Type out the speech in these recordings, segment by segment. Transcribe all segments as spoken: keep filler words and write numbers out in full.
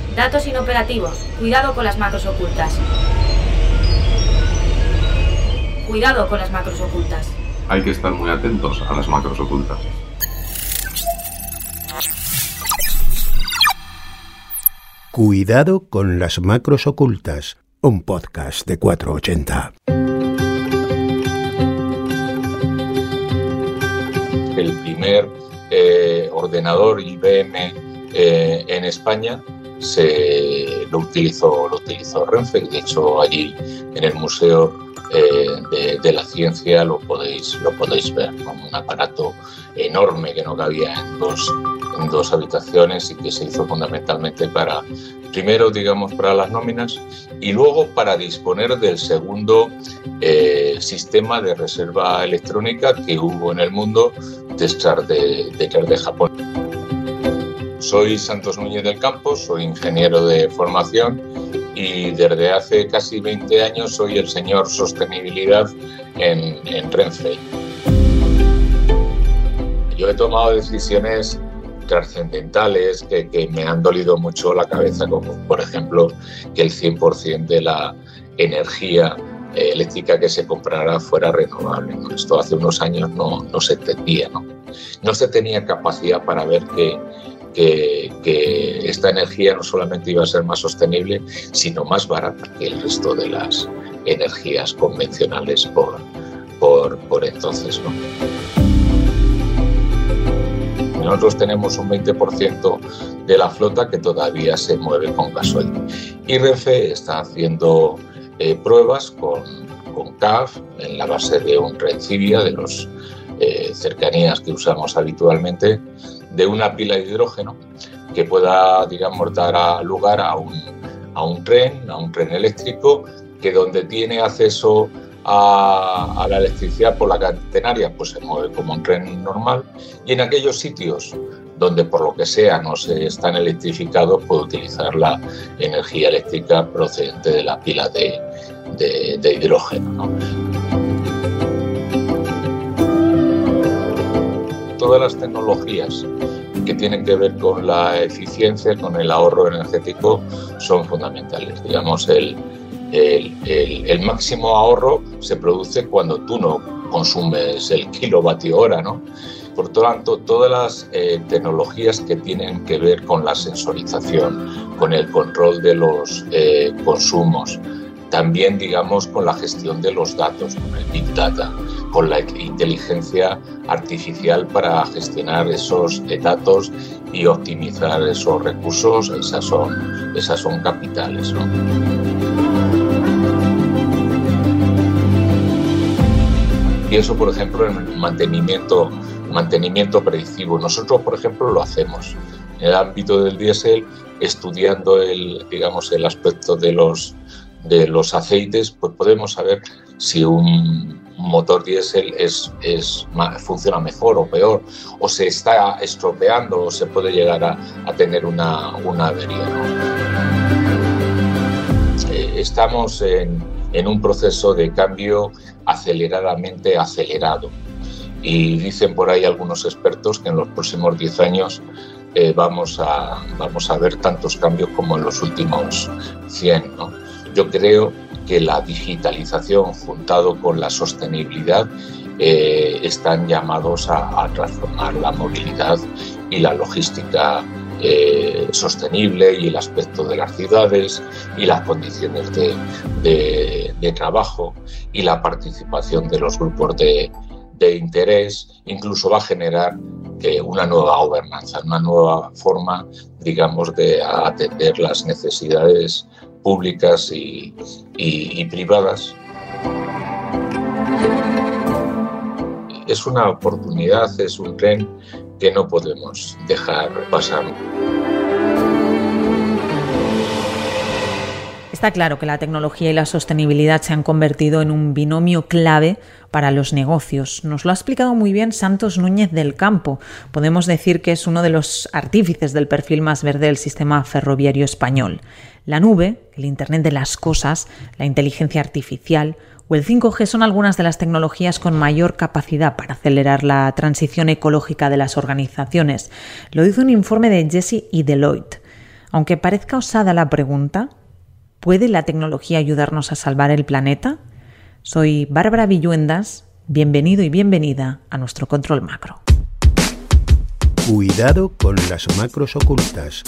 Datos inoperativos. Cuidado con las macros ocultas. Cuidado con las macros ocultas. Hay que estar muy atentos a las macros ocultas. Cuidado con las macros ocultas. Un podcast de cuatrocientos ochenta. El primer eh, ordenador I B M eh, en España se lo utilizó, lo utilizó Renfe. De hecho, allí en el Museo eh, de, de la Ciencia lo podéis, lo podéis ver, como un aparato enorme que no cabía en dos, en dos habitaciones y que se hizo fundamentalmente para, primero, digamos, para las nóminas y luego para disponer del segundo eh, sistema de reserva electrónica que hubo en el mundo detrás de, detrás de Japón. Soy Santos Núñez del Campo, soy ingeniero de formación y desde hace casi veinte años soy el señor Sostenibilidad en, en Renfe. Yo he tomado decisiones trascendentales que, que me han dolido mucho la cabeza, como por ejemplo que el cien por ciento de la energía eh, eléctrica que se comprara fuera renovable, ¿no? Esto hace unos años no, no se entendía, ¿no? No se tenía capacidad para ver que, que, que esta energía no solamente iba a ser más sostenible, sino más barata que el resto de las energías convencionales por, por, por entonces, ¿no? Nosotros tenemos un veinte por ciento de la flota que todavía se mueve con gasoil. Y Renfe está haciendo eh, pruebas con, con C A F en la base de un Rencibia, de las eh, cercanías que usamos habitualmente, de una pila de hidrógeno que pueda, digamos, dar a lugar a un, a un tren, a un tren eléctrico, que donde tiene acceso A, a la electricidad por la catenaria, pues se mueve como un tren normal, y en aquellos sitios donde por lo que sea no se están electrificados puede utilizar la energía eléctrica procedente de la pila de, de, de hidrógeno, ¿no? Todas las tecnologías que tienen que ver con la eficiencia, con el ahorro energético, son fundamentales. Digamos, el El, el, el máximo ahorro se produce cuando tú no consumes el kilovatio hora, ¿no? Por lo tanto, todas las eh, tecnologías que tienen que ver con la sensorización, con el control de los eh, consumos, también, digamos, con la gestión de los datos, con el Big Data, con la inteligencia artificial para gestionar esos datos y optimizar esos recursos, esas son, esas son capitales, ¿no? Pienso, por ejemplo, en el mantenimiento, mantenimiento predictivo. Nosotros, por ejemplo, lo hacemos en el ámbito del diésel, estudiando el, digamos, el aspecto de los, de los aceites, pues podemos saber si un motor diésel es, es, funciona mejor o peor, o se está estropeando, o se puede llegar a, a tener una, una avería, ¿no? Eh, estamos en, en un proceso de cambio aceleradamente acelerado. Y dicen por ahí algunos expertos que en los próximos diez años eh, vamos, a, vamos a ver tantos cambios como en los últimos cien, ¿no? Yo creo que la digitalización juntado con la sostenibilidad eh, están llamados a, a transformar la movilidad y la logística Eh, sostenible y el aspecto de las ciudades y las condiciones de, de, de trabajo y la participación de los grupos de, de interés. Incluso va a generar eh, una nueva gobernanza, una nueva forma, digamos, de atender las necesidades públicas y, y, y privadas. Es una oportunidad, es un tren que no podemos dejar pasar. Está claro que la tecnología y la sostenibilidad se han convertido en un binomio clave para los negocios. Nos lo ha explicado muy bien Santos Núñez del Campo. Podemos decir que es uno de los artífices del perfil más verde del sistema ferroviario español. La nube, el Internet de las cosas, la inteligencia artificial o el cinco G son algunas de las tecnologías con mayor capacidad para acelerar la transición ecológica de las organizaciones. Lo dice un informe de Jesse y Deloitte. Aunque parezca osada la pregunta, ¿puede la tecnología ayudarnos a salvar el planeta? Soy Bárbara Villuendas, bienvenido y bienvenida a nuestro Control Macro. Cuidado con las macros ocultas.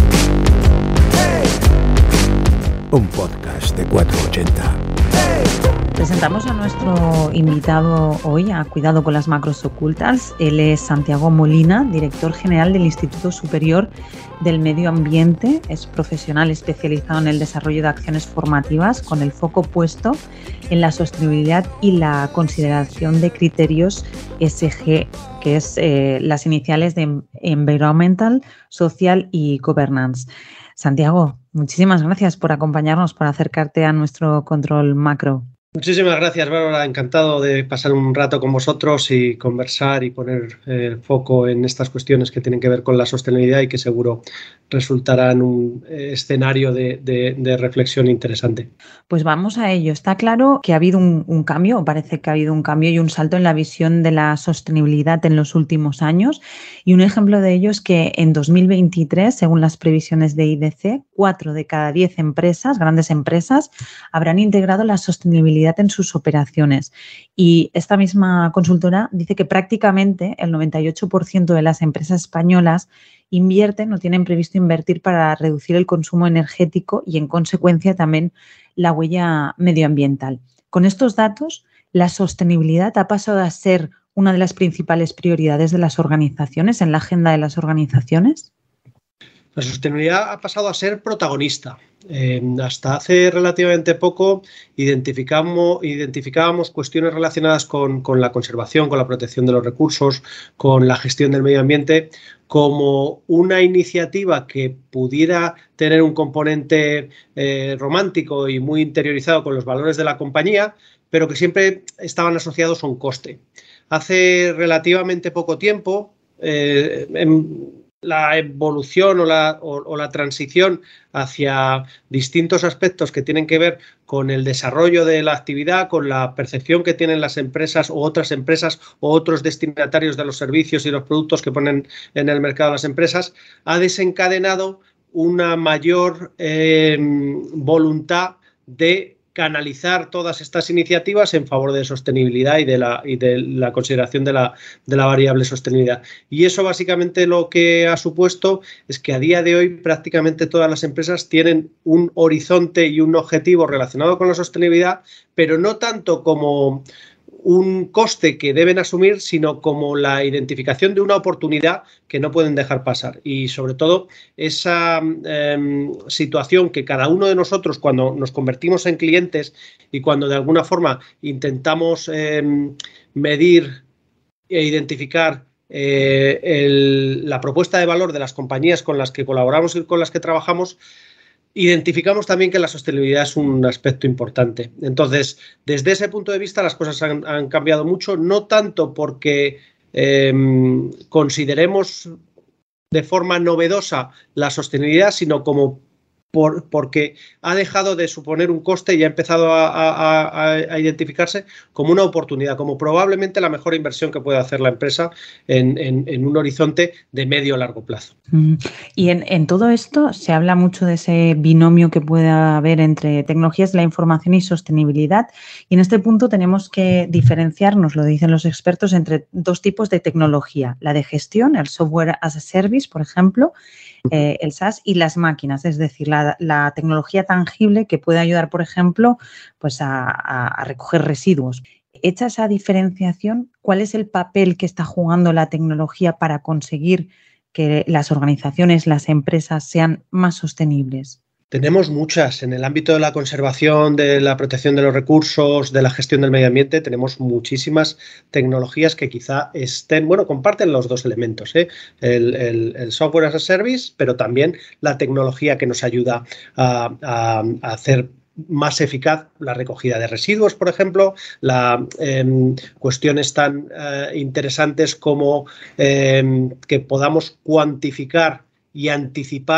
Un podcast de cuatrocientos ochenta. Presentamos a nuestro invitado hoy a Cuidado con las macros ocultas. Él es Santiago Molina, director general del Instituto Superior del Medio Ambiente. Es profesional especializado en el desarrollo de acciones formativas con el foco puesto en la sostenibilidad y la consideración de criterios E S G, que es eh, las iniciales de Environmental, Social y Governance. Santiago, muchísimas gracias por acompañarnos, por acercarte a nuestro Control Macro. Muchísimas gracias, Bárbara. Encantado de pasar un rato con vosotros y conversar y poner el eh, foco en estas cuestiones que tienen que ver con la sostenibilidad y que seguro resultarán un eh, escenario de, de, de reflexión interesante. Pues vamos a ello. Está claro que ha habido un, un cambio, o parece que ha habido un cambio y un salto en la visión de la sostenibilidad en los últimos años. Y un ejemplo de ello es que en dos mil veintitrés, según las previsiones de I D C, cuatro de cada diez empresas, grandes empresas, habrán integrado la sostenibilidad en sus operaciones. Y esta misma consultora dice que prácticamente el noventa y ocho por ciento de las empresas españolas invierten o tienen previsto invertir para reducir el consumo energético y, en consecuencia, también la huella medioambiental. Con estos datos, la sostenibilidad ha pasado a ser una de las principales prioridades de las organizaciones, en la agenda de las organizaciones. La sostenibilidad ha pasado a ser protagonista. Eh, hasta hace relativamente poco identificamos, identificábamos cuestiones relacionadas con, con la conservación, con la protección de los recursos, con la gestión del medio ambiente, como una iniciativa que pudiera tener un componente eh, romántico y muy interiorizado con los valores de la compañía, pero que siempre estaban asociados a un coste. Hace relativamente poco tiempo, eh, en, la evolución o la, o, o la transición hacia distintos aspectos que tienen que ver con el desarrollo de la actividad, con la percepción que tienen las empresas o otras empresas o otros destinatarios de los servicios y los productos que ponen en el mercado las empresas, ha desencadenado una mayor eh, voluntad de canalizar todas estas iniciativas en favor de sostenibilidad y de la, y de la consideración de la, de la variable sostenibilidad. Y eso básicamente lo que ha supuesto es que a día de hoy prácticamente todas las empresas tienen un horizonte y un objetivo relacionado con la sostenibilidad, pero no tanto como un coste que deben asumir, sino como la identificación de una oportunidad que no pueden dejar pasar. Y sobre todo esa eh, situación que cada uno de nosotros, cuando nos convertimos en clientes y cuando de alguna forma intentamos eh, medir e identificar eh, el, la propuesta de valor de las compañías con las que colaboramos y con las que trabajamos, identificamos también que la sostenibilidad es un aspecto importante. Entonces, desde ese punto de vista, las cosas han, han cambiado mucho, no tanto porque eh, consideremos de forma novedosa la sostenibilidad, sino como por, porque ha dejado de suponer un coste y ha empezado a, a, a identificarse como una oportunidad, como probablemente la mejor inversión que puede hacer la empresa en, en, en un horizonte de medio a largo plazo. Y en, en todo esto se habla mucho de ese binomio que puede haber entre tecnologías de la información y sostenibilidad. Y en este punto tenemos que diferenciar, nos lo dicen los expertos, entre dos tipos de tecnología. La de gestión, el software as a service, por ejemplo, eh, el SaaS, y las máquinas, es decir, la, la tecnología tangible que puede ayudar, por ejemplo, pues a, a, a recoger residuos. Hecha esa diferenciación, ¿cuál es el papel que está jugando la tecnología para conseguir que las organizaciones, las empresas sean más sostenibles? Tenemos muchas. En el ámbito de la conservación, de la protección de los recursos, de la gestión del medio ambiente, tenemos muchísimas tecnologías que quizá estén, bueno, comparten los dos elementos, ¿eh? el, el, el software as a service, pero también la tecnología que nos ayuda a, a, a hacer más eficaz la recogida de residuos, por ejemplo, la, eh, cuestiones tan eh, interesantes como eh, que podamos cuantificar y anticipar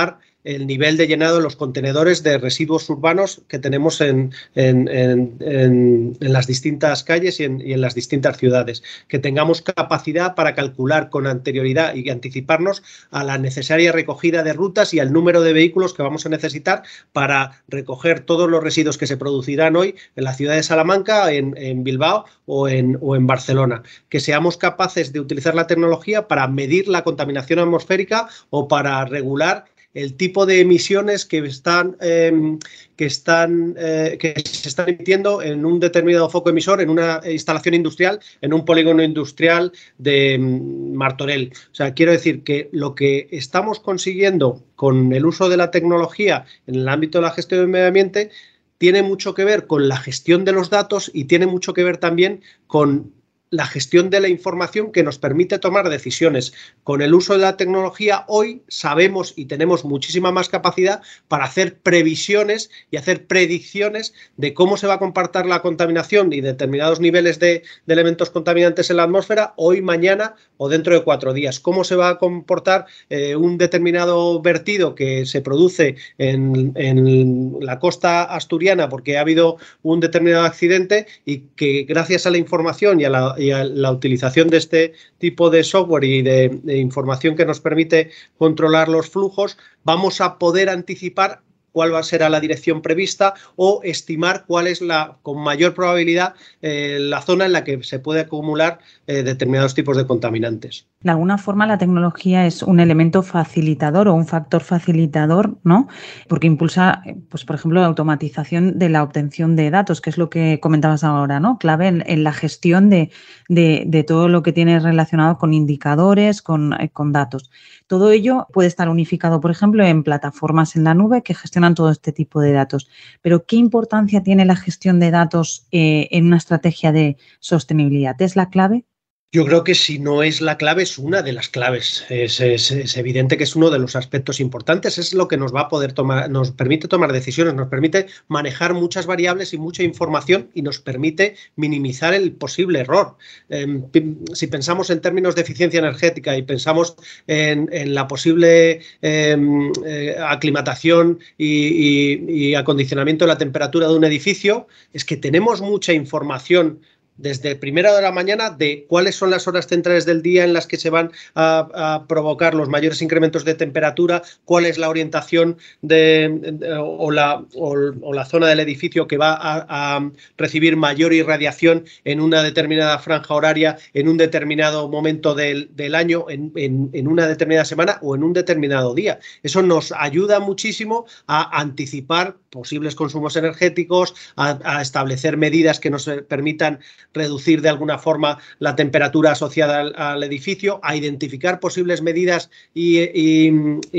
el nivel de llenado de los contenedores de residuos urbanos que tenemos en, en, en, en, en las distintas calles y en, y en las distintas ciudades. Que tengamos capacidad para calcular con anterioridad y anticiparnos a la necesaria recogida de rutas y al número de vehículos que vamos a necesitar para recoger todos los residuos que se producirán hoy en la ciudad de Salamanca, en, en Bilbao o en, o en Barcelona. Que seamos capaces de utilizar la tecnología para medir la contaminación atmosférica o para regular el tipo de emisiones que están, eh, que, están, eh, que se están emitiendo en un determinado foco emisor, en una instalación industrial, en un polígono industrial de Martorell. O sea, quiero decir que lo que estamos consiguiendo con el uso de la tecnología en el ámbito de la gestión del medio ambiente tiene mucho que ver con la gestión de los datos y tiene mucho que ver también con la gestión de la información que nos permite tomar decisiones. Con el uso de la tecnología hoy sabemos y tenemos muchísima más capacidad para hacer previsiones y hacer predicciones de cómo se va a comportar la contaminación y determinados niveles de, de elementos contaminantes en la atmósfera hoy, mañana o dentro de cuatro días. Cómo se va a comportar eh, un determinado vertido que se produce en, en la costa asturiana porque ha habido un determinado accidente y que gracias a la información y a la y a la utilización de este tipo de software y de, de información que nos permite controlar los flujos, vamos a poder anticipar cuál va a ser la dirección prevista o estimar cuál es la, con mayor probabilidad, eh, la zona en la que se puede acumular eh, determinados tipos de contaminantes. De alguna forma la tecnología es un elemento facilitador o un factor facilitador, ¿no? Porque impulsa, pues por ejemplo, la automatización de la obtención de datos, que es lo que comentabas ahora, ¿no? Clave en, en la gestión de, de, de todo lo que tiene relacionado con indicadores, con, con datos. Todo ello puede estar unificado, por ejemplo, en plataformas en la nube que gestionan todo este tipo de datos. Pero, ¿qué importancia tiene la gestión de datos eh, en una estrategia de sostenibilidad? ¿Es la clave? Yo creo que si no es la clave, es una de las claves. Es, es, es evidente que es uno de los aspectos importantes. Es lo que nos va a poder tomar, nos permite tomar decisiones, nos permite manejar muchas variables y mucha información y nos permite minimizar el posible error. Eh, si pensamos en términos de eficiencia energética y pensamos en, en la posible eh, eh, aclimatación y, y, y acondicionamiento de la temperatura de un edificio, es que tenemos mucha información desde primera hora de la mañana de cuáles son las horas centrales del día en las que se van a, a provocar los mayores incrementos de temperatura, cuál es la orientación de, de, o, la, o, o la zona del edificio que va a, a recibir mayor irradiación en una determinada franja horaria, en un determinado momento del, del año, en, en, en una determinada semana o en un determinado día. Eso nos ayuda muchísimo a anticipar posibles consumos energéticos, a, a establecer medidas que nos permitan reducir de alguna forma la temperatura asociada al, al edificio, a identificar posibles medidas y, y,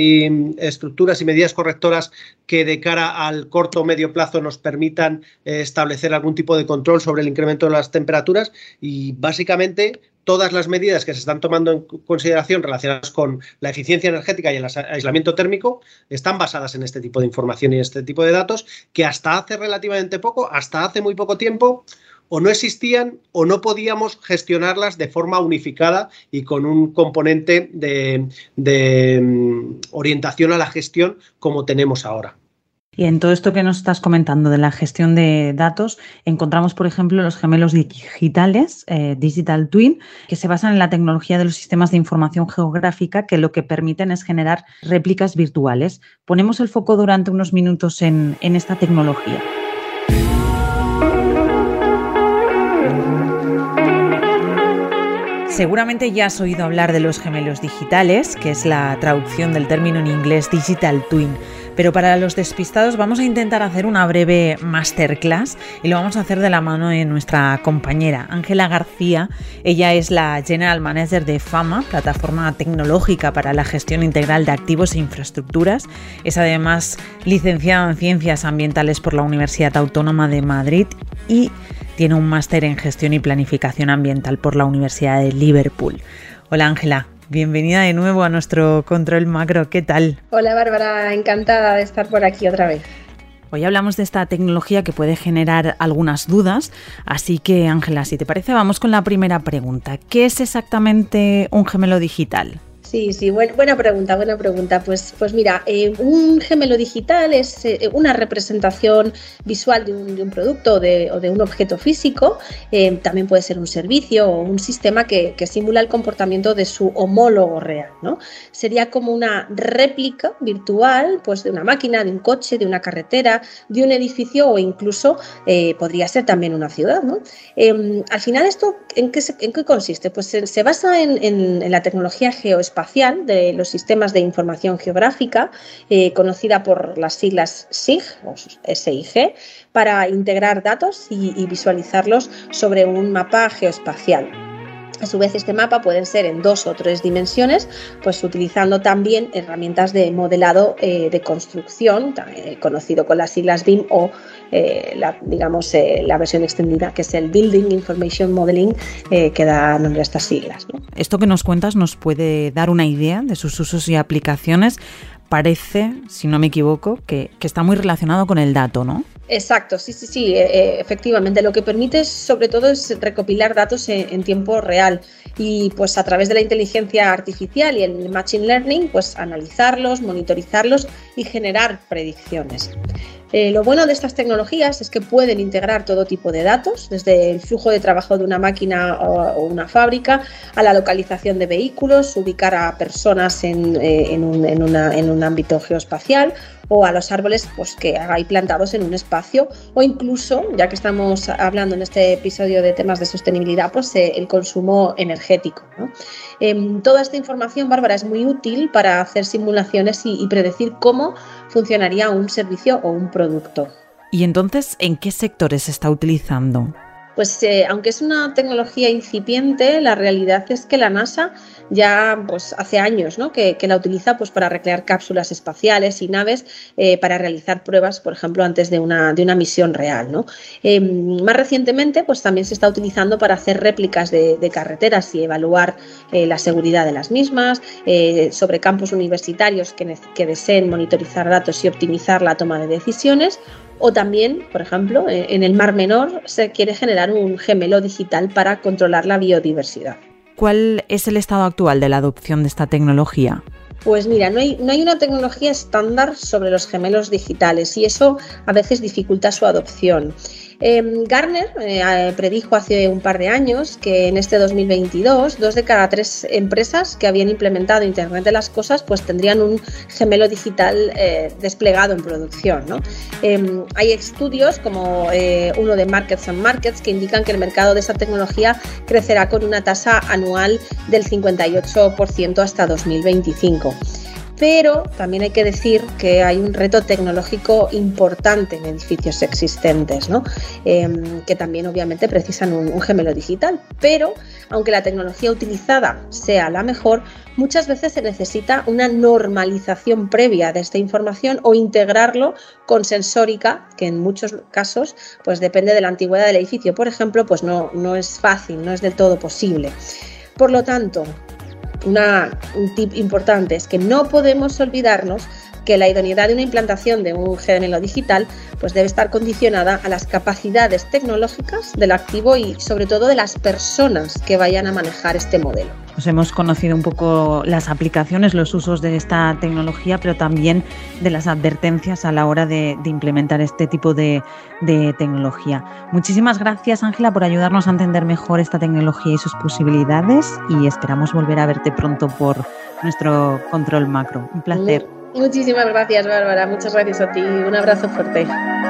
y estructuras y medidas correctoras que de cara al corto o medio plazo nos permitan eh, establecer algún tipo de control sobre el incremento de las temperaturas y básicamente todas las medidas que se están tomando en consideración relacionadas con la eficiencia energética y el aislamiento térmico están basadas en este tipo de información y este tipo de datos que hasta hace relativamente poco, hasta hace muy poco tiempo, o no existían o no podíamos gestionarlas de forma unificada y con un componente de, de um, orientación a la gestión como tenemos ahora. Y en todo esto que nos estás comentando de la gestión de datos, encontramos, por ejemplo, los gemelos digitales, eh, Digital Twin, que se basan en la tecnología de los sistemas de información geográfica que lo que permiten es generar réplicas virtuales. Ponemos el foco durante unos minutos en, en esta tecnología. Seguramente ya has oído hablar de los gemelos digitales, que es la traducción del término en inglés Digital Twin. Pero para los despistados vamos a intentar hacer una breve masterclass y lo vamos a hacer de la mano de nuestra compañera Ángela García. Ella es la General Manager de FAMA, plataforma tecnológica para la gestión integral de activos e infraestructuras. Es además licenciada en Ciencias Ambientales por la Universidad Autónoma de Madrid y tiene un máster en Gestión y Planificación Ambiental por la Universidad de Liverpool. Hola Ángela, bienvenida de nuevo a nuestro Control Macro. ¿Qué tal? Hola Bárbara, encantada de estar por aquí otra vez. Hoy hablamos de esta tecnología que puede generar algunas dudas, así que Ángela, si te parece, vamos con la primera pregunta. ¿Qué es exactamente un gemelo digital? Sí, sí, buen, buena pregunta, buena pregunta. Pues, pues mira, eh, un gemelo digital es eh, una representación visual de un, de un producto o de, o de un objeto físico. Eh, también puede ser un servicio o un sistema que, que simula el comportamiento de su homólogo real, ¿no? Sería como una réplica virtual, pues, de una máquina, de un coche, de una carretera, de un edificio o incluso eh, podría ser también una ciudad, ¿no? Eh, al final, ¿esto en qué, se, en qué consiste? Pues se, se basa en, en, en la tecnología geoespacial espacial de los sistemas de información geográfica, eh, conocida por las siglas S I G o S I G, para integrar datos y, y visualizarlos sobre un mapa geoespacial. A su vez, este mapa pueden ser en dos o tres dimensiones, pues utilizando también herramientas de modelado eh, de construcción, eh, conocido con las siglas B I M o eh, la, digamos, eh, la versión extendida, que es el Building Information Modeling, eh, que da nombre a estas siglas, ¿no? Esto que nos cuentas nos puede dar una idea de sus usos y aplicaciones. Parece, si no me equivoco, que, que está muy relacionado con el dato, ¿no? Exacto, sí, sí, sí, eh, efectivamente. Lo que permite sobre todo es recopilar datos en, en tiempo real y pues a través de la inteligencia artificial y el machine learning, pues analizarlos, monitorizarlos y generar predicciones. Eh, lo bueno de estas tecnologías es que pueden integrar todo tipo de datos, desde el flujo de trabajo de una máquina o, o una fábrica, a la localización de vehículos, ubicar a personas en, eh, en, un, en, una, en un ámbito geoespacial, o a los árboles pues, que hay plantados en un espacio, o incluso, ya que estamos hablando en este episodio de temas de sostenibilidad, pues eh, el consumo energético, ¿no? Eh, toda esta información, Bárbara, es muy útil para hacer simulaciones y, y predecir cómo funcionaría un servicio o un producto. ¿Y entonces en qué sectores se está utilizando? Pues eh, aunque es una tecnología incipiente, la realidad es que la NASA ya pues, hace años, ¿no? que, que la utiliza pues, para recrear cápsulas espaciales y naves eh, para realizar pruebas, por ejemplo, antes de una, de una misión real, ¿no? Eh, más recientemente pues, también se está utilizando para hacer réplicas de, de carreteras y evaluar eh, la seguridad de las mismas, eh, sobre campus universitarios que, que deseen monitorizar datos y optimizar la toma de decisiones. O también, por ejemplo, en el Mar Menor se quiere generar un gemelo digital para controlar la biodiversidad. ¿Cuál es el estado actual de la adopción de esta tecnología? Pues mira, no hay, no hay una tecnología estándar sobre los gemelos digitales y eso a veces dificulta su adopción. Eh, Gartner eh, predijo hace un par de años que en este dos mil veintidós dos de cada tres empresas que habían implementado Internet de las Cosas pues tendrían un gemelo digital eh, desplegado en producción, ¿no? Eh, hay estudios como eh, uno de Markets and Markets que indican que el mercado de esta tecnología crecerá con una tasa anual del cincuenta y ocho por ciento hasta dos mil veinticinco. Pero también hay que decir que hay un reto tecnológico importante en edificios existentes, ¿no? Eh, que también obviamente precisan un, un gemelo digital. Pero aunque la tecnología utilizada sea la mejor, muchas veces se necesita una normalización previa de esta información o integrarlo con sensórica, que en muchos casos pues depende de la antigüedad del edificio. Por ejemplo, pues no, no es fácil, no es del todo posible. Por lo tanto, Una, un tip importante es que no podemos olvidarnos que la idoneidad de una implantación de un gemelo digital pues debe estar condicionada a las capacidades tecnológicas del activo y sobre todo de las personas que vayan a manejar este modelo. Pues hemos conocido un poco las aplicaciones, los usos de esta tecnología, pero también de las advertencias a la hora de, de implementar este tipo de, de tecnología. Muchísimas gracias, Ángela, por ayudarnos a entender mejor esta tecnología y sus posibilidades y esperamos volver a verte pronto por nuestro Control Macro. Un placer. Muchísimas gracias, Bárbara. Muchas gracias a ti. Un abrazo fuerte.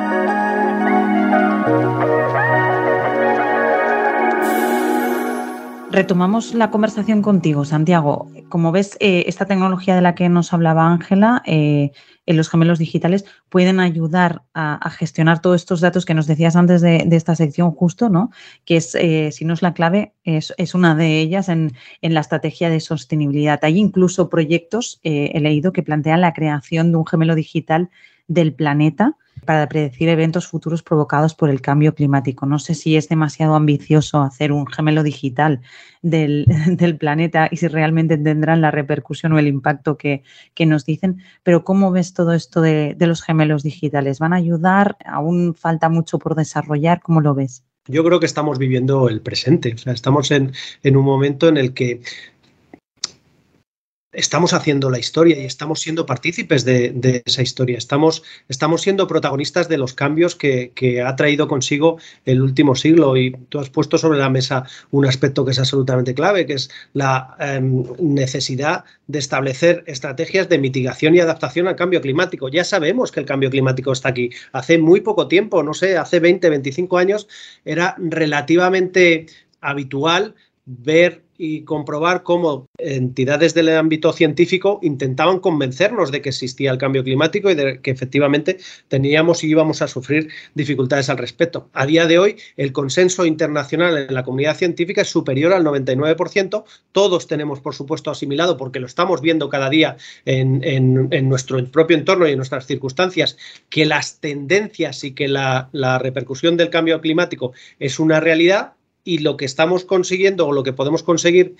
Retomamos la conversación contigo, Santiago. Como ves, eh, esta tecnología de la que nos hablaba Ángela, eh, en los gemelos digitales, pueden ayudar a, a gestionar todos estos datos que nos decías antes de, de esta sección justo, ¿no? Que es, eh, si no es la clave, es, es una de ellas en, en la estrategia de sostenibilidad. Hay incluso proyectos, eh, he leído, que plantean la creación de un gemelo digital del planeta para predecir eventos futuros provocados por el cambio climático. No sé si es demasiado ambicioso hacer un gemelo digital del, del planeta y si realmente tendrán la repercusión o el impacto que, que nos dicen, pero ¿cómo ves todo esto de, de los gemelos digitales? ¿Van a ayudar? ¿Aún falta mucho por desarrollar? ¿Cómo lo ves? Yo creo que estamos viviendo el presente. O sea, estamos en, en un momento en el que estamos haciendo la historia y estamos siendo partícipes de, de esa historia. Estamos, estamos siendo protagonistas de los cambios que, que ha traído consigo el último siglo. Y tú has puesto sobre la mesa un aspecto que es absolutamente clave, que es la eh, necesidad de establecer estrategias de mitigación y adaptación al cambio climático. Ya sabemos que el cambio climático está aquí. Hace muy poco tiempo, no sé, hace veinte, veinticinco años, era relativamente habitual ver y comprobar cómo entidades del ámbito científico intentaban convencernos de que existía el cambio climático y de que efectivamente teníamos y íbamos a sufrir dificultades al respecto. A día de hoy, el consenso internacional en la comunidad científica es superior al noventa y nueve por ciento. Todos tenemos, por supuesto, asimilado, porque lo estamos viendo cada día en, en, en nuestro propio entorno y en nuestras circunstancias, que las tendencias y que la, la repercusión del cambio climático es una realidad. Y lo que estamos consiguiendo o lo que podemos conseguir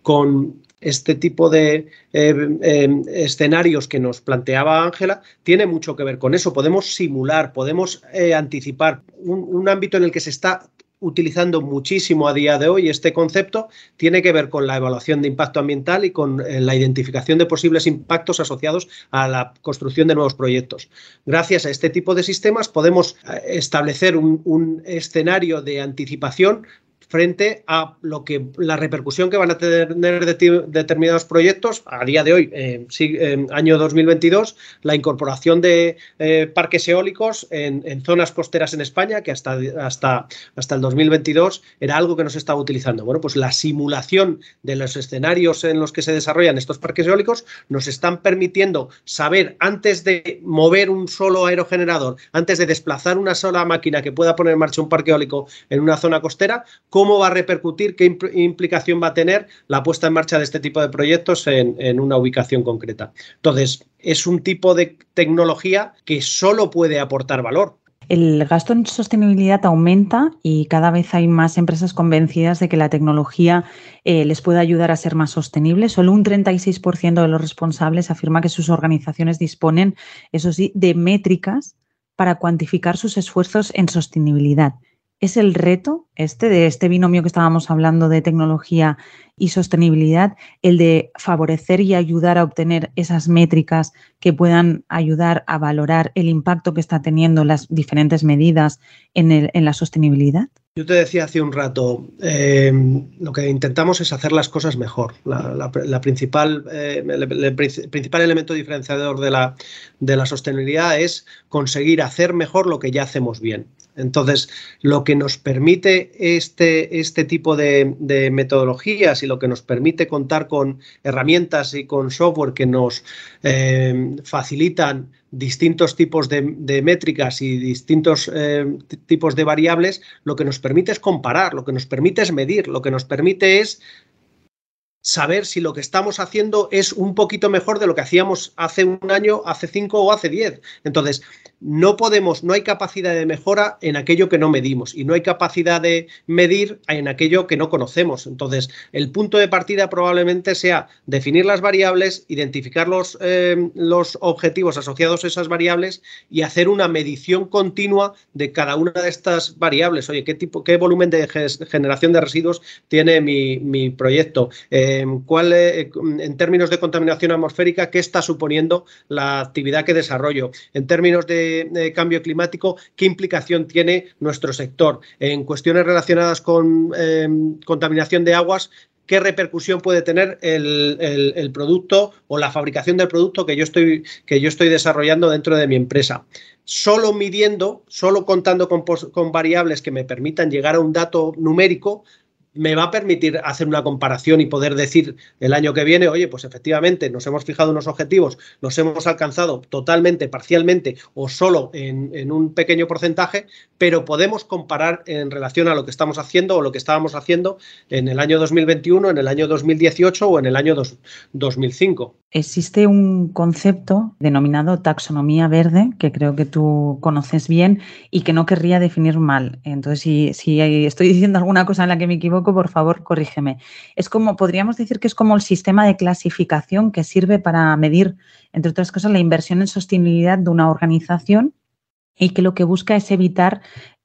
con este tipo de eh, eh, escenarios que nos planteaba Ángela tiene mucho que ver con eso. Podemos simular, podemos eh, anticipar un, un ámbito en el que se está utilizando muchísimo a día de hoy. Este concepto tiene que ver con la evaluación de impacto ambiental y con eh, la identificación de posibles impactos asociados a la construcción de nuevos proyectos. Gracias a este tipo de sistemas podemos eh, establecer un, un escenario de anticipación frente a lo que la repercusión que van a tener de determinados proyectos. A día de hoy, eh, sí, eh, año dos mil veintidós, la incorporación de eh, parques eólicos en, en zonas costeras en España, que hasta, hasta, hasta el dos mil veintidós era algo que no se estaba utilizando. Bueno, pues la simulación de los escenarios en los que se desarrollan estos parques eólicos nos están permitiendo saber, antes de mover un solo aerogenerador, antes de desplazar una sola máquina que pueda poner en marcha un parque eólico en una zona costera, cómo va a repercutir, qué implicación va a tener la puesta en marcha de este tipo de proyectos en, en una ubicación concreta. Entonces, es un tipo de tecnología que solo puede aportar valor. El gasto en sostenibilidad aumenta y cada vez hay más empresas convencidas de que la tecnología eh, les puede ayudar a ser más sostenibles. Solo un treinta y seis por ciento de los responsables afirma que sus organizaciones disponen, eso sí, de métricas para cuantificar sus esfuerzos en sostenibilidad. ¿Es el reto este de este binomio que estábamos hablando de tecnología y sostenibilidad, el de favorecer y ayudar a obtener esas métricas que puedan ayudar a valorar el impacto que está teniendo las diferentes medidas en, el, en la sostenibilidad? Yo te decía hace un rato, eh, lo que intentamos es hacer las cosas mejor. La, la, la principal, eh, el, el principal elemento diferenciador de la, de la sostenibilidad es conseguir hacer mejor lo que ya hacemos bien. Entonces, lo que nos permite este, este tipo de, de metodologías y lo que nos permite contar con herramientas y con software que nos eh, facilitan distintos tipos de, de métricas y distintos eh, tipos de variables, lo que nos permite es comparar, lo que nos permite es medir, lo que nos permite es saber si lo que estamos haciendo es un poquito mejor de lo que hacíamos hace un año, hace cinco o hace diez. Entonces, no podemos, no hay capacidad de mejora en aquello que no medimos y no hay capacidad de medir en aquello que no conocemos. Entonces, el punto de partida probablemente sea definir las variables, identificar los, eh, los objetivos asociados a esas variables y hacer una medición continua de cada una de estas variables. Oye, ¿qué tipo, qué volumen de generación de residuos tiene mi, mi proyecto? Eh, ¿cuál, eh, en términos de contaminación atmosférica, qué está suponiendo la actividad que desarrollo? En términos de De cambio climático, ¿qué implicación tiene nuestro sector? En cuestiones relacionadas con eh, contaminación de aguas, ¿qué repercusión puede tener el, el, el producto o la fabricación del producto que yo estoy, que yo estoy desarrollando dentro de mi empresa? Solo midiendo, solo contando con, con variables que me permitan llegar a un dato numérico, me va a permitir hacer una comparación y poder decir el año que viene, oye, pues efectivamente nos hemos fijado unos objetivos, los hemos alcanzado totalmente, parcialmente o solo en, en un pequeño porcentaje, pero podemos comparar en relación a lo que estamos haciendo o lo que estábamos haciendo en el año dos mil veintiuno, en el año dos mil dieciocho o en el año dos mil cinco. Existe un concepto denominado taxonomía verde, que creo que tú conoces bien y que no querría definir mal. Entonces, si, si estoy diciendo alguna cosa en la que me equivoco, por favor, corrígeme. Es como, podríamos decir que es como el sistema de clasificación que sirve para medir, entre otras cosas, la inversión en sostenibilidad de una organización y que lo que busca es evitar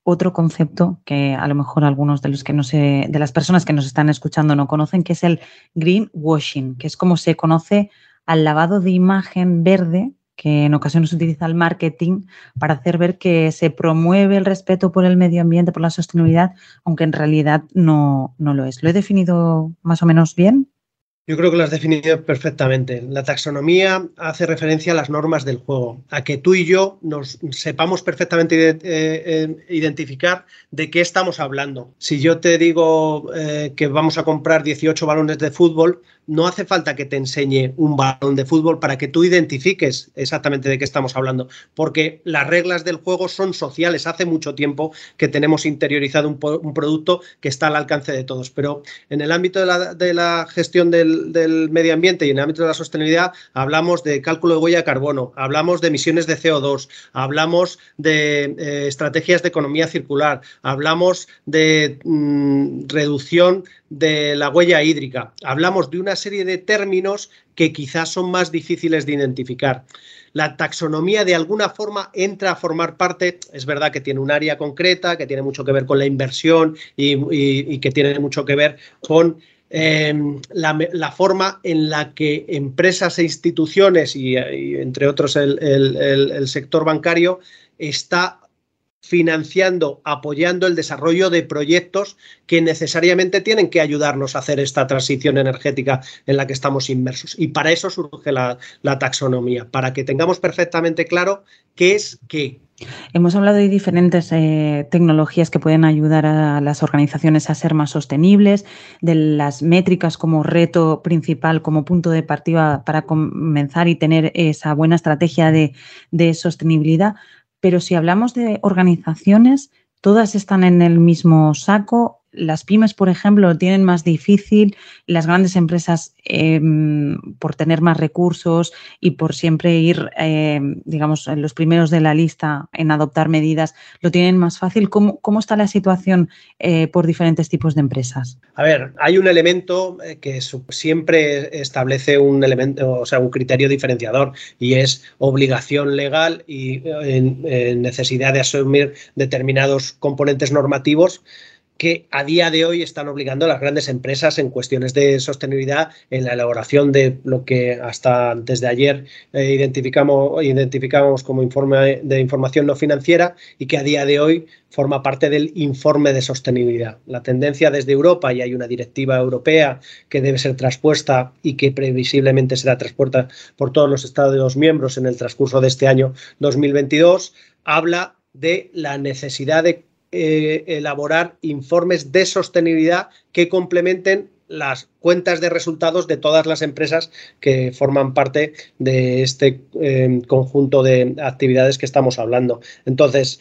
otro concepto que a lo mejor algunos de los que no se, de las personas que nos están escuchando no conocen, que es el greenwashing, que es como se conoce al lavado de imagen verde que en ocasiones utiliza el marketing para hacer ver que se promueve el respeto por el medio ambiente, por la sostenibilidad, aunque en realidad no, no lo es. ¿Lo he definido más o menos bien? Yo creo que lo has definido perfectamente. La taxonomía hace referencia a las normas del juego, a que tú y yo nos sepamos perfectamente eh, eh, identificar de qué estamos hablando. Si yo te digo eh, que vamos a comprar dieciocho balones de fútbol, no hace falta que te enseñe un balón de fútbol para que tú identifiques exactamente de qué estamos hablando, porque las reglas del juego son sociales. Hace mucho tiempo que tenemos interiorizado un, un producto que está al alcance de todos, pero en el ámbito de la, de la gestión del, del medio ambiente y en el ámbito de la sostenibilidad hablamos de cálculo de huella de carbono, hablamos de emisiones de C O dos, hablamos de eh, estrategias de economía circular, hablamos de mmm, reducción de la huella hídrica. Hablamos de una serie de términos que quizás son más difíciles de identificar. La taxonomía de alguna forma entra a formar parte, es verdad que tiene un área concreta, que tiene mucho que ver con la inversión y, y, y que tiene mucho que ver con eh, la, la forma en la que empresas e instituciones y, y entre otros el, el, el, el sector bancario está financiando, apoyando el desarrollo de proyectos que necesariamente tienen que ayudarnos a hacer esta transición energética en la que estamos inmersos. Y para eso surge la, la taxonomía, para que tengamos perfectamente claro qué es qué. Hemos hablado de diferentes eh, tecnologías que pueden ayudar a las organizaciones a ser más sostenibles, de las métricas como reto principal, como punto de partida para comenzar y tener esa buena estrategia de, de sostenibilidad. Pero si hablamos de organizaciones, todas están en el mismo saco. Las pymes, por ejemplo, lo tienen más difícil. Las grandes empresas, eh, por tener más recursos y por siempre ir, eh, digamos, en los primeros de la lista en adoptar medidas, lo tienen más fácil. ¿Cómo, cómo está la situación eh, por diferentes tipos de empresas? A ver, hay un elemento que siempre establece un elemento, o sea, un criterio diferenciador, y es obligación legal y eh, necesidad de asumir determinados componentes normativos que a día de hoy están obligando a las grandes empresas en cuestiones de sostenibilidad en la elaboración de lo que hasta antes de ayer eh, identificamos, identificamos como informe de información no financiera y que a día de hoy forma parte del informe de sostenibilidad. La tendencia desde Europa, y hay una directiva europea que debe ser traspuesta y que previsiblemente será traspuesta por todos los Estados miembros en el transcurso de este año dos mil veintidós, habla de la necesidad de Eh, elaborar informes de sostenibilidad que complementen las cuentas de resultados de todas las empresas que forman parte de este eh, conjunto de actividades que estamos hablando. Entonces,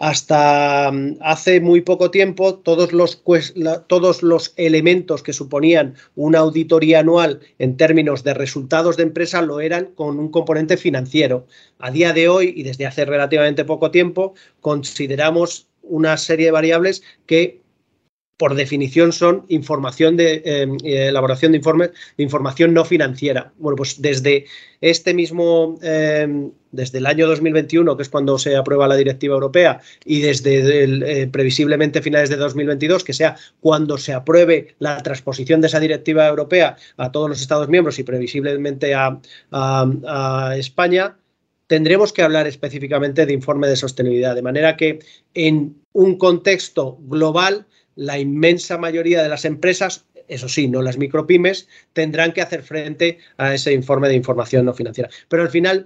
hasta hace muy poco tiempo, todos los, pues, la, todos los elementos que suponían una auditoría anual en términos de resultados de empresa lo eran con un componente financiero. A día de hoy, y desde hace relativamente poco tiempo, consideramos una serie de variables que por definición son información de eh, elaboración de informes de información no financiera. Bueno, pues desde este mismo, eh, desde el año dos mil veintiuno, que es cuando se aprueba la directiva europea, y desde el, eh, previsiblemente finales de dos mil veintidós, que sea cuando se apruebe la transposición de esa directiva europea a todos los Estados miembros y previsiblemente a, a, a España, tendremos que hablar específicamente de informe de sostenibilidad, de manera que en un contexto global la inmensa mayoría de las empresas, eso sí, no las micropymes, tendrán que hacer frente a ese informe de información no financiera. Pero al final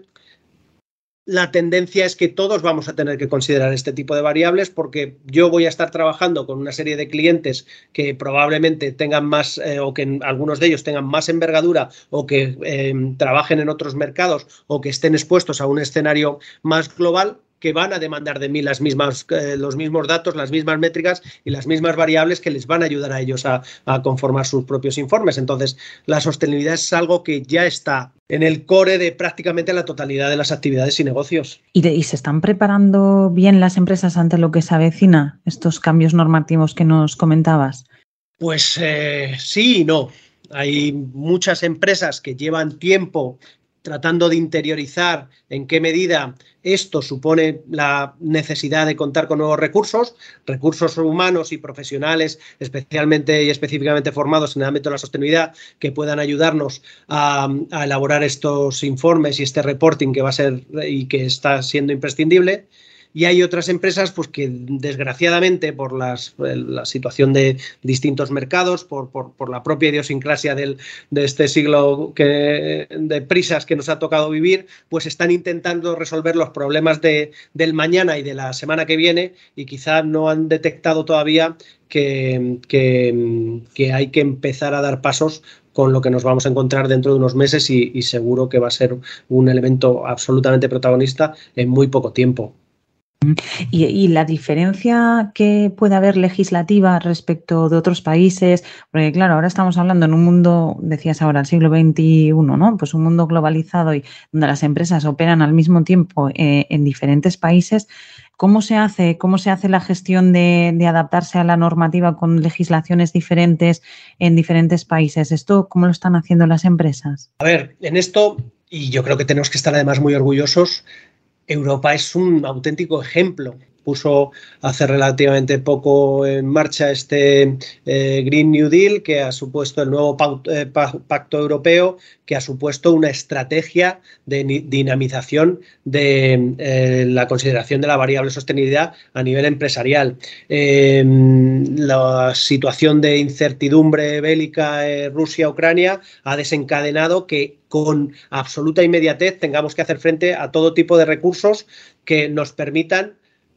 la tendencia es que todos vamos a tener que considerar este tipo de variables, porque yo voy a estar trabajando con una serie de clientes que probablemente tengan más eh, o que algunos de ellos tengan más envergadura o que eh, trabajen en otros mercados o que estén expuestos a un escenario más global, que van a demandar de mí las mismas, eh, los mismos datos, las mismas métricas y las mismas variables que les van a ayudar a ellos a, a conformar sus propios informes. Entonces, la sostenibilidad es algo que ya está en el core de prácticamente la totalidad de las actividades y negocios. ¿Y, de, ¿Y se están preparando bien las empresas ante lo que se avecina, estos cambios normativos que nos comentabas? Pues eh, sí y no. Hay muchas empresas que llevan tiempo tratando de interiorizar en qué medida esto supone la necesidad de contar con nuevos recursos, recursos humanos y profesionales, especialmente y específicamente formados en el ámbito de la sostenibilidad, que puedan ayudarnos a, a elaborar estos informes y este reporting que va a ser y que está siendo imprescindible. Y hay otras empresas pues, que, desgraciadamente, por las, la situación de distintos mercados, por, por, por la propia idiosincrasia del, de este siglo que, de prisas que nos ha tocado vivir, pues están intentando resolver los problemas de, del mañana y de la semana que viene y quizá no han detectado todavía que, que, que hay que empezar a dar pasos con lo que nos vamos a encontrar dentro de unos meses y, y seguro que va a ser un elemento absolutamente protagonista en muy poco tiempo. Y, y la diferencia que puede haber legislativa respecto de otros países, porque claro, ahora estamos hablando en un mundo, decías ahora, el siglo veintiuno, ¿no? Pues un mundo globalizado y donde las empresas operan al mismo tiempo eh, en diferentes países. ¿Cómo se hace, cómo se hace la gestión de, de adaptarse a la normativa con legislaciones diferentes en diferentes países? ¿Esto cómo lo están haciendo las empresas? A ver, en esto, y yo creo que tenemos que estar además muy orgullosos, Europa es un auténtico ejemplo. Puso hace relativamente poco en marcha este eh, Green New Deal, que ha supuesto el nuevo pacto, eh, pacto europeo, que ha supuesto una estrategia de dinamización de eh, la consideración de la variable sostenibilidad a nivel empresarial. Eh, la situación de incertidumbre bélica eh, Rusia-Ucrania ha desencadenado que con absoluta inmediatez tengamos que hacer frente a todo tipo de recursos que nos permitan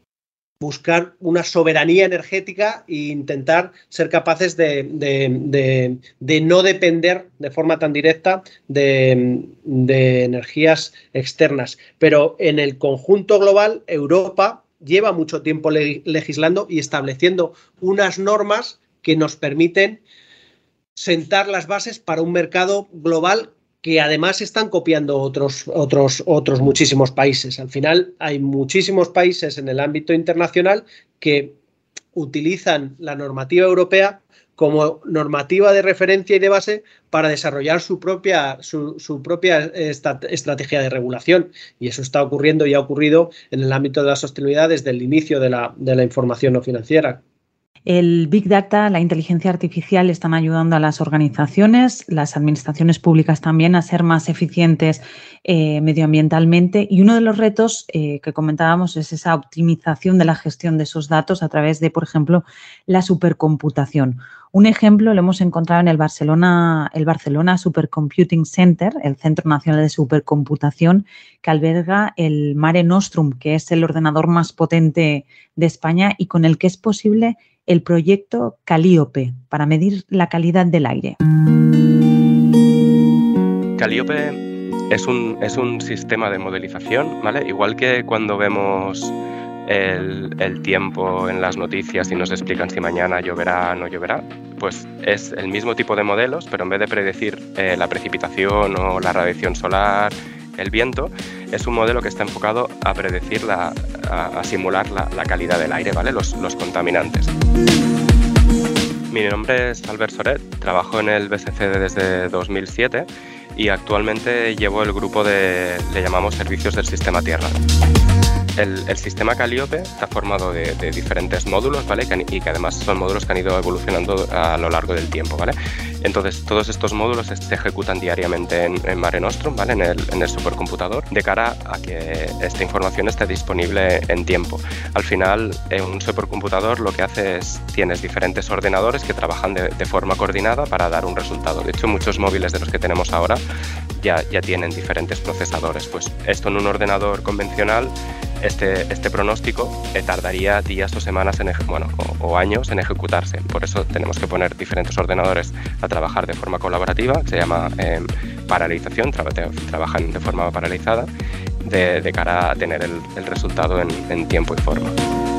buscar una soberanía energética e intentar ser capaces de, de, de, de no depender de forma tan directa de, de energías externas. Pero en el conjunto global, Europa lleva mucho tiempo le- legislando y estableciendo unas normas que nos permiten sentar las bases para un mercado global que además están copiando otros, otros, otros muchísimos países. Al final hay muchísimos países en el ámbito internacional que utilizan la normativa europea como normativa de referencia y de base para desarrollar su propia, su, su propia esta, estrategia de regulación. Y eso está ocurriendo y ha ocurrido en el ámbito de la sostenibilidad desde el inicio de la, de la información no financiera. El Big Data, la inteligencia artificial están ayudando a las organizaciones, las administraciones públicas también a ser más eficientes eh, medioambientalmente y uno de los retos eh, que comentábamos es esa optimización de la gestión de esos datos a través de, por ejemplo, la supercomputación. Un ejemplo lo hemos encontrado en el Barcelona, el Barcelona Supercomputing Center, el Centro Nacional de Supercomputación, que alberga el Mare Nostrum, que es el ordenador más potente de España y con el que es posible el proyecto Calliope para medir la calidad del aire. Calliope es un, es un sistema de modelización, ¿vale? Igual que cuando vemos el, el tiempo en las noticias y nos explican si mañana lloverá o no lloverá, pues es el mismo tipo de modelos, pero en vez de predecir eh, la precipitación o la radiación solar, el viento, es un modelo que está enfocado a predecir, la, a, a simular la, la calidad del aire, ¿vale? Los, los contaminantes. Mi nombre es Albert Soret, trabajo en el B S C D desde dos mil siete y actualmente llevo el grupo de, le llamamos Servicios del Sistema Tierra. El, el sistema Calliope está formado de, de diferentes módulos, ¿vale? Y que además son módulos que han ido evolucionando a lo largo del tiempo, ¿vale? Entonces, todos estos módulos se ejecutan diariamente en, en Mare Nostrum, ¿vale? En el, en el supercomputador, de cara a que esta información esté disponible en tiempo. Al final, en un supercomputador lo que hace es, tienes diferentes ordenadores que trabajan de, de forma coordinada para dar un resultado. De hecho, muchos móviles de los que tenemos ahora ya, ya tienen diferentes procesadores. Pues esto en un ordenador convencional, Este, este pronóstico eh, tardaría días o semanas en bueno, o, o años en ejecutarse. Por eso tenemos que poner diferentes ordenadores a trabajar de forma colaborativa, que se llama eh, paralelización, tra trabajan de forma paralizada, de, de cara a tener el, el resultado en, en tiempo y forma.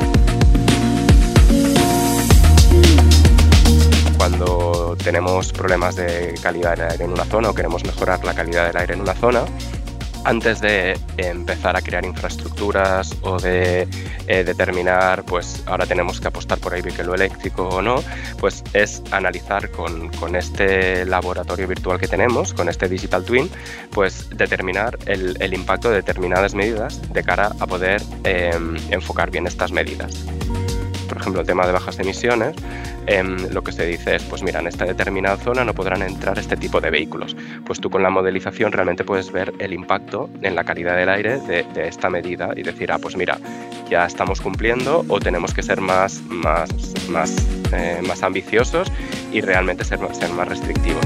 Cuando tenemos problemas de calidad del aire en una zona o queremos mejorar la calidad del aire en una zona, antes de empezar a crear infraestructuras o de eh, determinar, pues ahora tenemos que apostar por el vehículo eléctrico o no, pues es analizar con, con este laboratorio virtual que tenemos, con este Digital Twin, pues determinar el, el impacto de determinadas medidas de cara a poder eh, enfocar bien estas medidas. Por ejemplo, el tema de bajas emisiones, eh, lo que se dice es, pues mira, en esta determinada zona no podrán entrar este tipo de vehículos. Pues tú con la modelización realmente puedes ver el impacto en la calidad del aire de, de esta medida y decir, ah, pues mira, ya estamos cumpliendo o tenemos que ser más, más, más, eh, más ambiciosos y realmente ser, ser más restrictivos.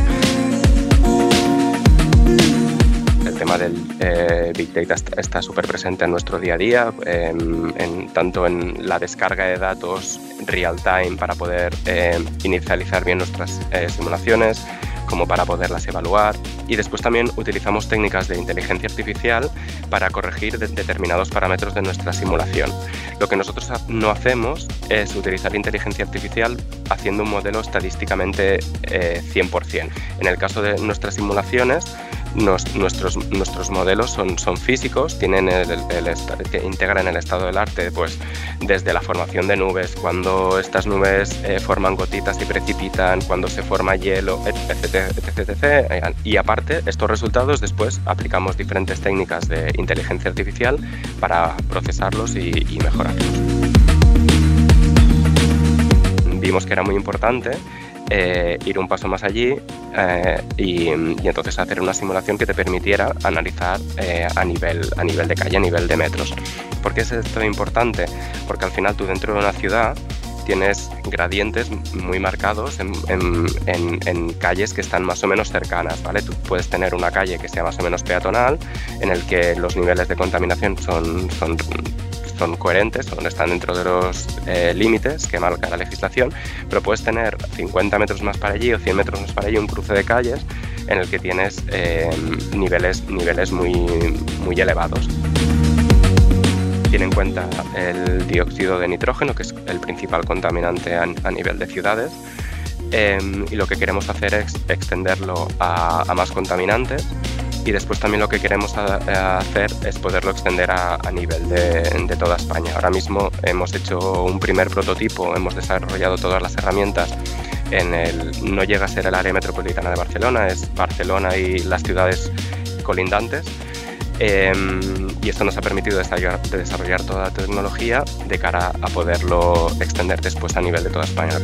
El tema del eh, Big Data está súper presente en nuestro día a día, eh, en, tanto en la descarga de datos real time para poder eh, inicializar bien nuestras eh, simulaciones, como para poderlas evaluar. Y después también utilizamos técnicas de inteligencia artificial para corregir de determinados parámetros de nuestra simulación. Lo que nosotros no hacemos es utilizar inteligencia artificial haciendo un modelo estadísticamente eh, cien por cien. En el caso de nuestras simulaciones, Nos, nuestros, nuestros modelos son, son físicos, tienen el, el, el, que integran el estado del arte, pues desde la formación de nubes, cuando estas nubes eh, forman gotitas y precipitan, cuando se forma hielo, etcétera, etcétera, etcétera. Y aparte, estos resultados después aplicamos diferentes técnicas de inteligencia artificial para procesarlos y, y mejorarlos. Vimos que era muy importante Eh, ir un paso más allí eh, y, y entonces hacer una simulación que te permitiera analizar eh, a, nivel, a nivel de calle, a nivel de metros. ¿Por qué es esto importante? Porque al final tú dentro de una ciudad tienes gradientes muy marcados en, en, en, en calles que están más o menos cercanas, ¿vale? Tú puedes tener una calle que sea más o menos peatonal, en el que los niveles de contaminación son, son son coherentes, son, están dentro de los eh, límites que marca la legislación, pero puedes tener cincuenta metros más para allí o cien metros más para allí un cruce de calles en el que tienes eh, niveles, niveles muy, muy elevados. Tiene en cuenta el dióxido de nitrógeno, que es el principal contaminante a, a nivel de ciudades, eh, y lo que queremos hacer es extenderlo a, a más contaminantes. Y después también lo que queremos a, a hacer es poderlo extender a, a nivel de, de toda España. Ahora mismo hemos hecho un primer prototipo, hemos desarrollado todas las herramientas. En el, no llega a ser el área metropolitana de Barcelona, es Barcelona y las ciudades colindantes. Eh, y esto nos ha permitido desarrollar, desarrollar toda la tecnología de cara a poderlo extender después a nivel de toda España.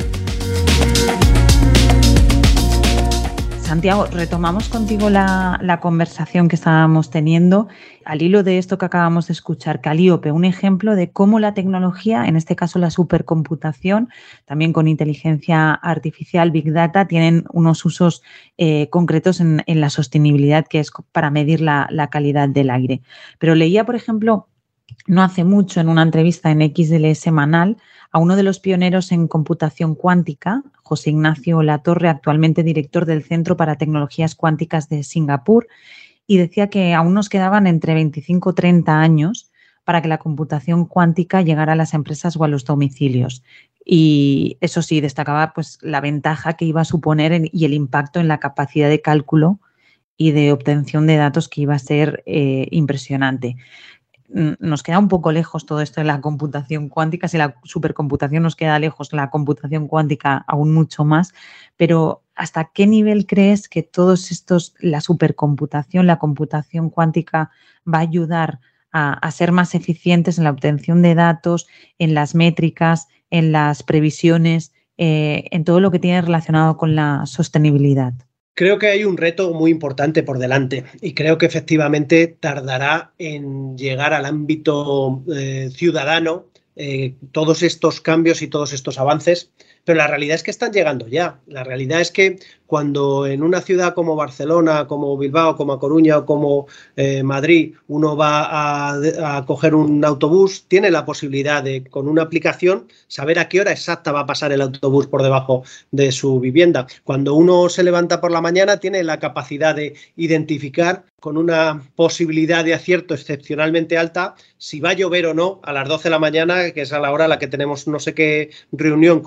Santiago, retomamos contigo la, la conversación que estábamos teniendo al hilo de esto que acabamos de escuchar, Calliope, un ejemplo de cómo la tecnología, en este caso la supercomputación, también con inteligencia artificial, Big Data, tienen unos usos eh, concretos en, en la sostenibilidad, que es para medir la, la calidad del aire. Pero leía, por ejemplo, no hace mucho en una entrevista en X L Semanal a uno de los pioneros en computación cuántica, José Ignacio Latorre, actualmente director del Centro para Tecnologías Cuánticas de Singapur, y decía que aún nos quedaban entre veinticinco y treinta años para que la computación cuántica llegara a las empresas o a los domicilios. Y eso sí, destacaba pues la ventaja que iba a suponer en, y el impacto en la capacidad de cálculo y de obtención de datos que iba a ser eh, impresionante. Nos queda un poco lejos todo esto de la computación cuántica, si la supercomputación nos queda lejos, la computación cuántica aún mucho más, pero ¿hasta qué nivel crees que todos estos, la supercomputación, la computación cuántica va a ayudar a, a ser más eficientes en la obtención de datos, en las métricas, en las previsiones, eh, en todo lo que tiene relacionado con la sostenibilidad? Creo que hay un reto muy importante por delante y creo que efectivamente tardará en llegar al ámbito eh, ciudadano eh, todos estos cambios y todos estos avances, pero la realidad es que están llegando ya. La realidad es que cuando en una ciudad como Barcelona, como Bilbao, como A Coruña o como eh, Madrid uno va a, a coger un autobús, tiene la posibilidad de, con una aplicación, saber a qué hora exacta va a pasar el autobús por debajo de su vivienda. Cuando uno se levanta por la mañana, tiene la capacidad de identificar con una posibilidad de acierto excepcionalmente alta si va a llover o no a las doce de la mañana, que es a la hora a la que tenemos no sé qué reunión con no sé qué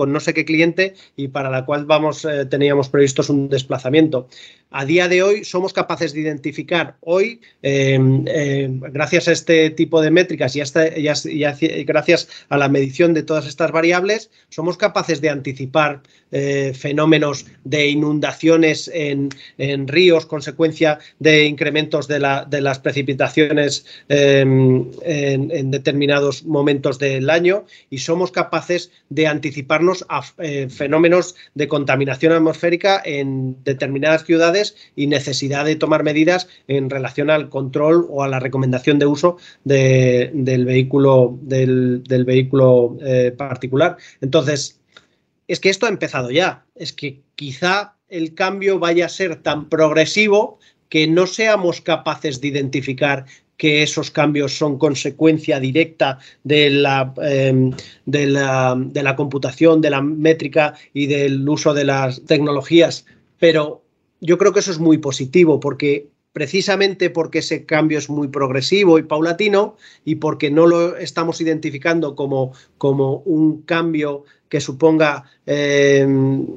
siguiente cliente y para la cual vamos, eh, teníamos previstos un desplazamiento. A día de hoy somos capaces de identificar hoy, eh, eh, gracias a este tipo de métricas y, hasta, y, y, y gracias a la medición de todas estas variables, somos capaces de anticipar eh, fenómenos de inundaciones en, en ríos, consecuencia de incrementos de, la, de las precipitaciones eh, en, en determinados momentos del año, y somos capaces de anticiparnos a eh, fenómenos de contaminación atmosférica en determinadas ciudades y necesidad de tomar medidas en relación al control o a la recomendación de uso de, del vehículo, del, del vehículo eh, particular. Entonces, es que esto ha empezado ya. Es que quizá el cambio vaya a ser tan progresivo que no seamos capaces de identificar que esos cambios son consecuencia directa de la, eh, de la, de la computación, de la métrica y del uso de las tecnologías, pero yo creo que eso es muy positivo, porque precisamente porque ese cambio es muy progresivo y paulatino y porque no lo estamos identificando como, como un cambio que suponga eh,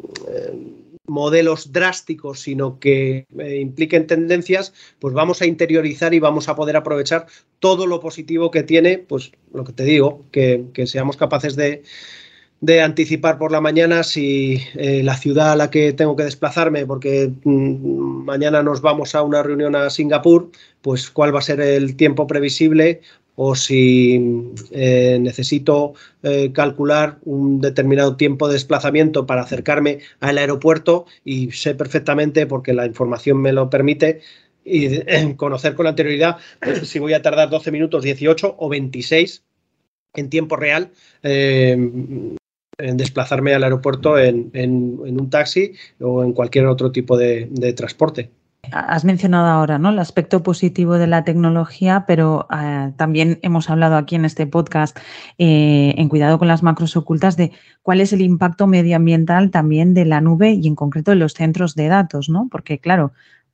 modelos drásticos, sino que eh, impliquen tendencias, pues vamos a interiorizar y vamos a poder aprovechar todo lo positivo que tiene, pues lo que te digo, que, que seamos capaces de de anticipar por la mañana si eh, la ciudad a la que tengo que desplazarme, porque mmm, mañana nos vamos a una reunión a Singapur, pues cuál va a ser el tiempo previsible, o si eh, necesito eh, calcular un determinado tiempo de desplazamiento para acercarme al aeropuerto, y sé perfectamente, porque la información me lo permite, y eh, conocer con anterioridad si voy a tardar doce minutos, dieciocho o veintiséis en tiempo real eh, en desplazarme al aeropuerto en, en, en un taxi o en cualquier otro tipo de, de transporte. Has mencionado ahora, ¿no?, el aspecto positivo de la tecnología, pero eh, también hemos hablado aquí en este podcast, eh, en Cuidado con las macros ocultas, de cuál es el impacto medioambiental también de la nube y en concreto de los centros de datos, ¿no? Porque, claro,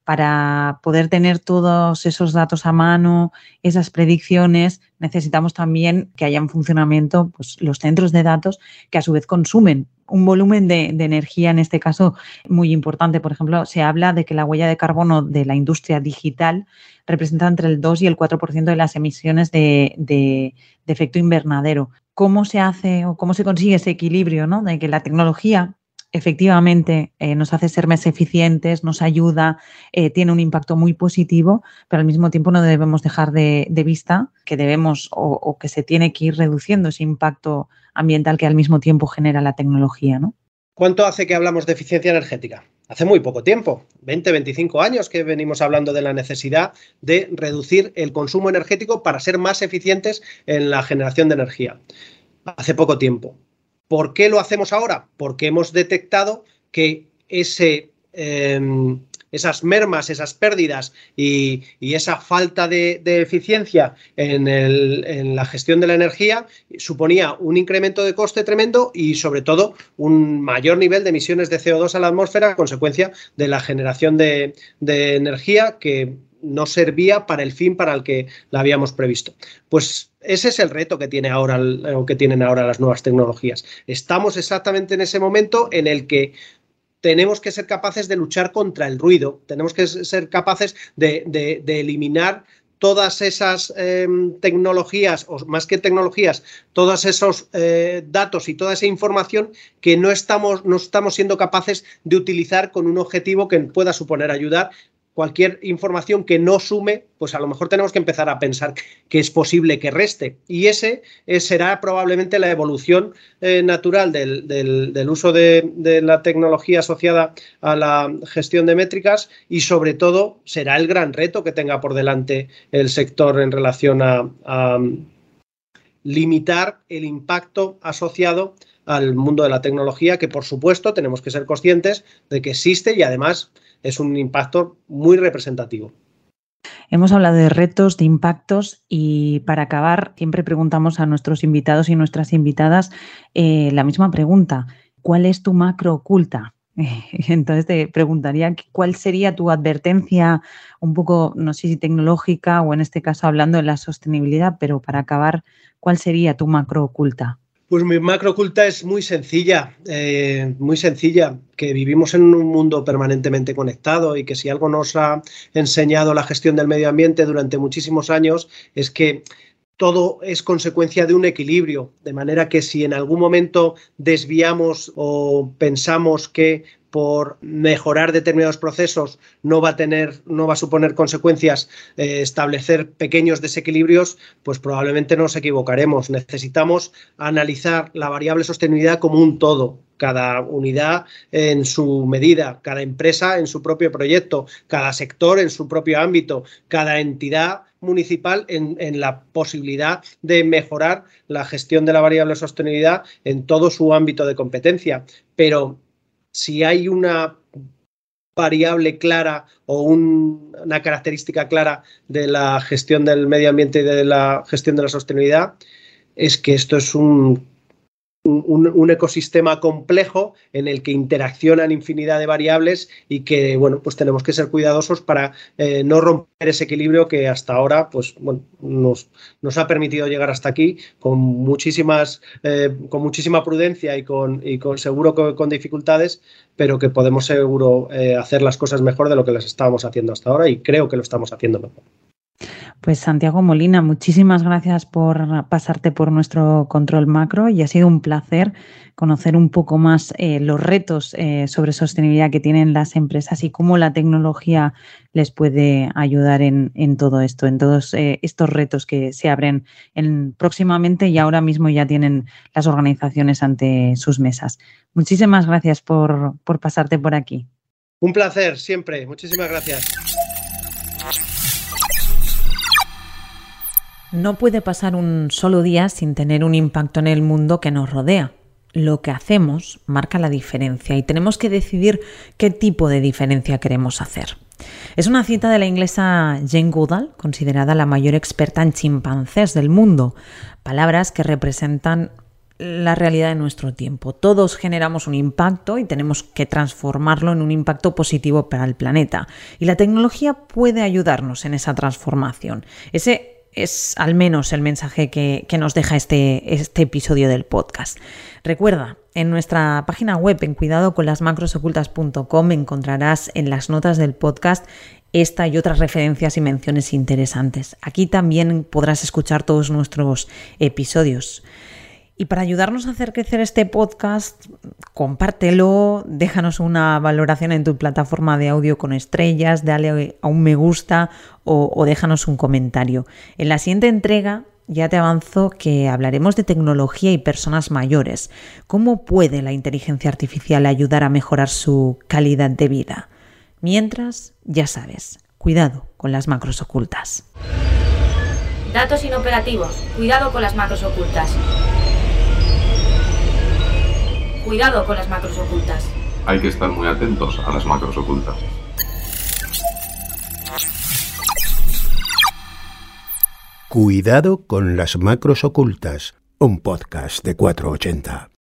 para poder tener todos esos datos a mano, esas predicciones, necesitamos también que haya en funcionamiento, pues, los centros de datos, que a su vez consumen un volumen de, de energía, en este caso, muy importante. Por ejemplo, se habla de que la huella de carbono de la industria digital representa entre el dos y el cuatro por ciento de las emisiones de, de, de efecto invernadero. ¿Cómo se hace o cómo se consigue ese equilibrio, ¿no?, de que la tecnología efectivamente eh, nos hace ser más eficientes, nos ayuda, eh, tiene un impacto muy positivo, pero al mismo tiempo no debemos dejar de, de vista que debemos o, o que se tiene que ir reduciendo ese impacto ambiental que al mismo tiempo genera la tecnología, ¿no? ¿Cuánto hace que hablamos de eficiencia energética? Hace muy poco tiempo, veinte, veinticinco años que venimos hablando de la necesidad de reducir el consumo energético para ser más eficientes en la generación de energía. Hace poco tiempo. ¿Por qué lo hacemos ahora? Porque hemos detectado que ese, eh, esas mermas, esas pérdidas y, y esa falta de, de eficiencia en, el, en la gestión de la energía suponía un incremento de coste tremendo y, sobre todo, un mayor nivel de emisiones de C O dos a la atmósfera a consecuencia de la generación de, de energía que no servía para el fin para el que la habíamos previsto. Pues ese es el reto que tiene ahora o que tienen ahora las nuevas tecnologías. Estamos exactamente en ese momento en el que tenemos que ser capaces de luchar contra el ruido, tenemos que ser capaces de, de, de eliminar todas esas eh, tecnologías, o más que tecnologías, todos esos eh, datos y toda esa información que no estamos, no estamos siendo capaces de utilizar con un objetivo que pueda suponer ayudar. Cualquier información que no sume, pues a lo mejor tenemos que empezar a pensar que es posible que reste. Y ese eh, será probablemente la evolución eh, natural del, del, del uso de, de la tecnología asociada a la gestión de métricas, y sobre todo será el gran reto que tenga por delante el sector en relación a, a limitar el impacto asociado al mundo de la tecnología, que por supuesto tenemos que ser conscientes de que existe y además es un impacto muy representativo. Hemos hablado de retos, de impactos, y para acabar siempre preguntamos a nuestros invitados y nuestras invitadas eh, la misma pregunta: ¿cuál es tu macro oculta? Entonces te preguntaría cuál sería tu advertencia un poco, no sé si tecnológica o en este caso hablando de la sostenibilidad, pero para acabar, ¿cuál sería tu macro oculta? Pues mi macro oculta es muy sencilla, eh, muy sencilla, que vivimos en un mundo permanentemente conectado y que si algo nos ha enseñado la gestión del medio ambiente durante muchísimos años es que todo es consecuencia de un equilibrio, de manera que si en algún momento desviamos o pensamos que por mejorar determinados procesos no va a tener, no va a suponer consecuencias eh, establecer pequeños desequilibrios, pues probablemente nos equivocaremos. Necesitamos analizar la variable sostenibilidad como un todo, cada unidad en su medida, cada empresa en su propio proyecto, cada sector en su propio ámbito, cada entidad municipal en, en la posibilidad de mejorar la gestión de la variable sostenibilidad en todo su ámbito de competencia. Pero si hay una variable clara o un, una característica clara de la gestión del medio ambiente y de la gestión de la sostenibilidad, es que esto es un, un, un ecosistema complejo en el que interaccionan infinidad de variables y que, bueno, pues tenemos que ser cuidadosos para eh, no romper ese equilibrio que hasta ahora, pues, bueno, nos, nos ha permitido llegar hasta aquí con muchísimas, eh, con muchísima prudencia y con, y con seguro con, con dificultades, pero que podemos seguro eh, hacer las cosas mejor de lo que las estábamos haciendo hasta ahora y creo que lo estamos haciendo mejor. Pues Santiago Molina, muchísimas gracias por pasarte por nuestro control macro y ha sido un placer conocer un poco más eh, los retos eh, sobre sostenibilidad que tienen las empresas y cómo la tecnología les puede ayudar en, en todo esto, en todos eh, estos retos que se abren en, próximamente y ahora mismo ya tienen las organizaciones ante sus mesas. Muchísimas gracias por, por pasarte por aquí. Un placer, siempre. Muchísimas gracias. No puede pasar un solo día sin tener un impacto en el mundo que nos rodea. Lo que hacemos marca la diferencia y tenemos que decidir qué tipo de diferencia queremos hacer. Es una cita de la inglesa Jane Goodall, considerada la mayor experta en chimpancés del mundo. Palabras que representan la realidad de nuestro tiempo. Todos generamos un impacto y tenemos que transformarlo en un impacto positivo para el planeta. Y la tecnología puede ayudarnos en esa transformación. Ese es al menos el mensaje que, que nos deja este, este episodio del podcast. Recuerda, en nuestra página web en cuidado con las macros ocultas punto com encontrarás en las notas del podcast esta y otras referencias y menciones interesantes. Aquí también podrás escuchar todos nuestros episodios. Y para ayudarnos a hacer crecer este podcast, compártelo, déjanos una valoración en tu plataforma de audio con estrellas, dale a un me gusta o, o déjanos un comentario. En la siguiente entrega ya te avanzo que hablaremos de tecnología y personas mayores. ¿Cómo puede la inteligencia artificial ayudar a mejorar su calidad de vida? Mientras, ya sabes, cuidado con las macros ocultas. Datos inoperativos. Cuidado con las macros ocultas. Cuidado con las macros ocultas. Hay que estar muy atentos a las macros ocultas. Cuidado con las macros ocultas, un podcast de cuatrocientos ochenta.